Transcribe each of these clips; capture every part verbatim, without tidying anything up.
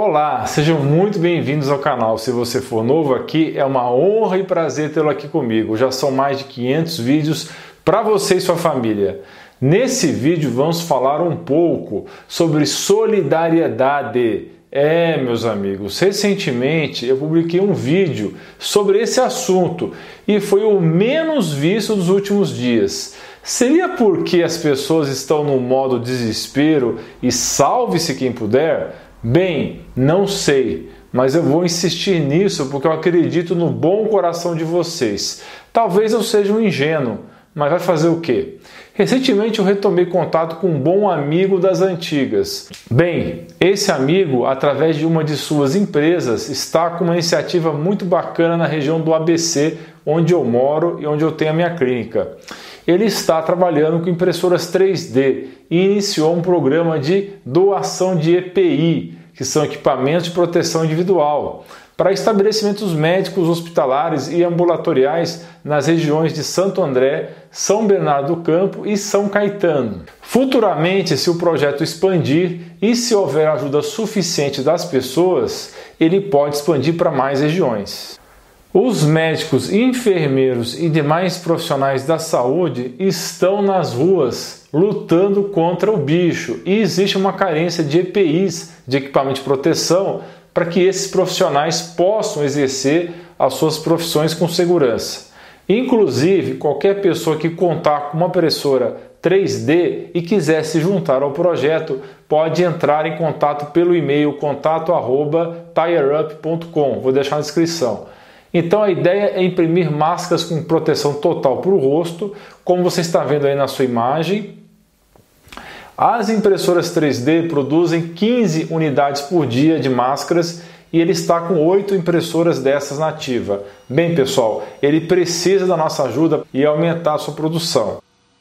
Olá, sejam muito bem-vindos ao canal. Se você for novo aqui, é uma honra e prazer tê-lo aqui comigo. Já são mais de quinhentos vídeos para você e sua família. Nesse vídeo vamos falar um pouco sobre solidariedade. É, meus amigos, recentemente eu publiquei um vídeo sobre esse assunto e foi o menos visto dos últimos dias. Seria porque as pessoas estão no modo desespero e salve-se quem puder? Bem, não sei, mas eu vou insistir nisso porque eu acredito no bom coração de vocês. Talvez eu seja um ingênuo, mas vai fazer o quê? Recentemente eu retomei contato com um bom amigo das antigas. Bem, esse amigo, através de uma de suas empresas, está com uma iniciativa muito bacana na região do A B C, onde eu moro e onde eu tenho a minha clínica. Ele está trabalhando com impressoras três D e iniciou um programa de doação de E P I, que são equipamentos de proteção individual, para estabelecimentos médicos, hospitalares e ambulatoriais nas regiões de Santo André, São Bernardo do Campo e São Caetano. Futuramente, se o projeto expandir e se houver ajuda suficiente das pessoas, ele pode expandir para mais regiões. Os médicos, enfermeiros e demais profissionais da saúde estão nas ruas lutando contra o bicho e existe uma carência de E P Is, de equipamento de proteção, para que esses profissionais possam exercer as suas profissões com segurança. Inclusive, qualquer pessoa que contar com uma impressora três D e quiser se juntar ao projeto, pode entrar em contato pelo e-mail contato arroba tirerup ponto com. Vou deixar na descrição. Então a ideia é imprimir máscaras com proteção total para o rosto, como você está vendo aí na sua imagem. As impressoras três D produzem quinze unidades por dia de máscaras e ele está com oito impressoras dessas na ativa. Bem, pessoal, ele precisa da nossa ajuda e aumentar a sua produção.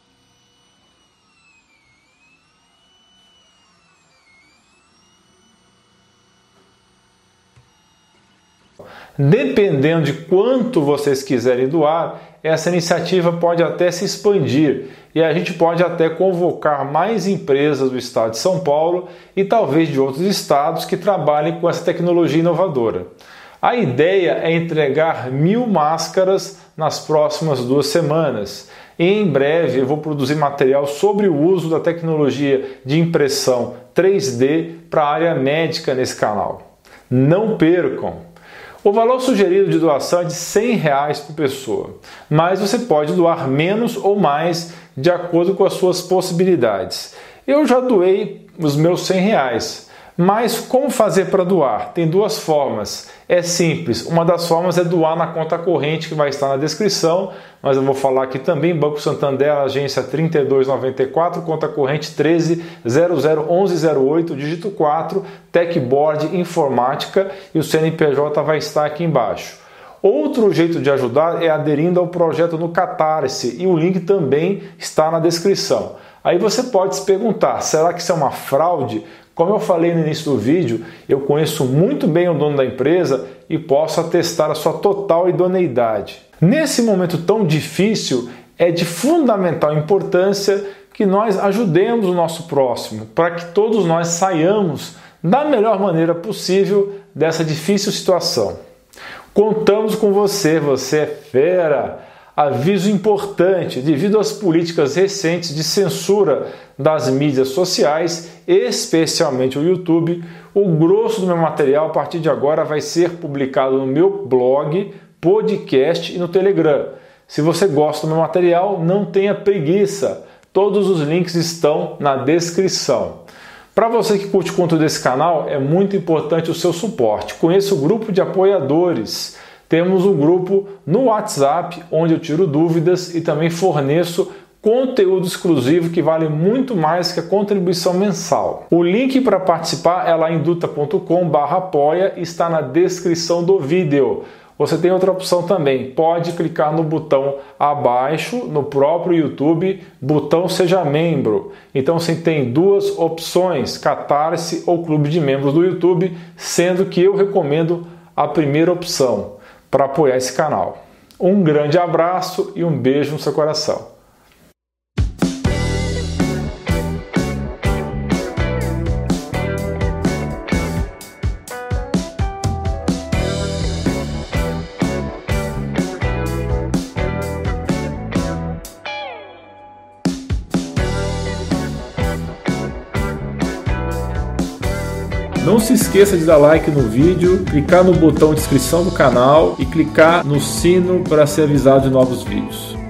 Dependendo de quanto vocês quiserem doar, essa iniciativa pode até se expandir e a gente pode até convocar mais empresas do estado de São Paulo e talvez de outros estados que trabalhem com essa tecnologia inovadora. A ideia é entregar mil máscaras nas próximas duas semanas. E em breve eu vou produzir material sobre o uso da tecnologia de impressão três D para a área médica nesse canal. Não percam! O valor sugerido de doação é de cem reais por pessoa, mas você pode doar menos ou mais de acordo com as suas possibilidades. Eu já doei os meus cem reais, mas como fazer para doar? Tem duas formas. É simples, uma das formas é doar na conta corrente que vai estar na descrição, mas eu vou falar aqui também, Banco Santander, agência trinta e dois noventa e quatro, conta corrente treze zero zero onze zero oito, dígito quatro, Techboard Informática e o C N P J vai estar aqui embaixo. Outro jeito de ajudar é aderindo ao projeto no Catarse e o link também está na descrição. Aí você pode se perguntar, será que isso é uma fraude? Como eu falei no início do vídeo, eu conheço muito bem o dono da empresa e posso atestar a sua total idoneidade. Nesse momento tão difícil, é de fundamental importância que nós ajudemos o nosso próximo, para que todos nós saiamos da melhor maneira possível dessa difícil situação. Contamos com você, você é fera! Aviso importante, devido às políticas recentes de censura das mídias sociais, especialmente o YouTube, o grosso do meu material a partir de agora vai ser publicado no meu blog, podcast e no Telegram. Se você gosta do meu material, não tenha preguiça, todos os links estão na descrição. Para você que curte o conteúdo desse canal, é muito importante o seu suporte. Conheça o grupo de apoiadores. Temos um grupo no WhatsApp, onde eu tiro dúvidas e também forneço conteúdo exclusivo que vale muito mais que a contribuição mensal. O link para participar é lá em duta ponto com barra apoia e está na descrição do vídeo. Você tem outra opção também, pode clicar no botão abaixo, no próprio YouTube, botão Seja Membro. Então você tem duas opções, Catarse ou Clube de Membros do YouTube, sendo que eu recomendo a primeira opção para apoiar esse canal. Um grande abraço e um beijo no seu coração. Não se esqueça de dar like no vídeo, clicar no botão de inscrição do canal e clicar no sino para ser avisado de novos vídeos.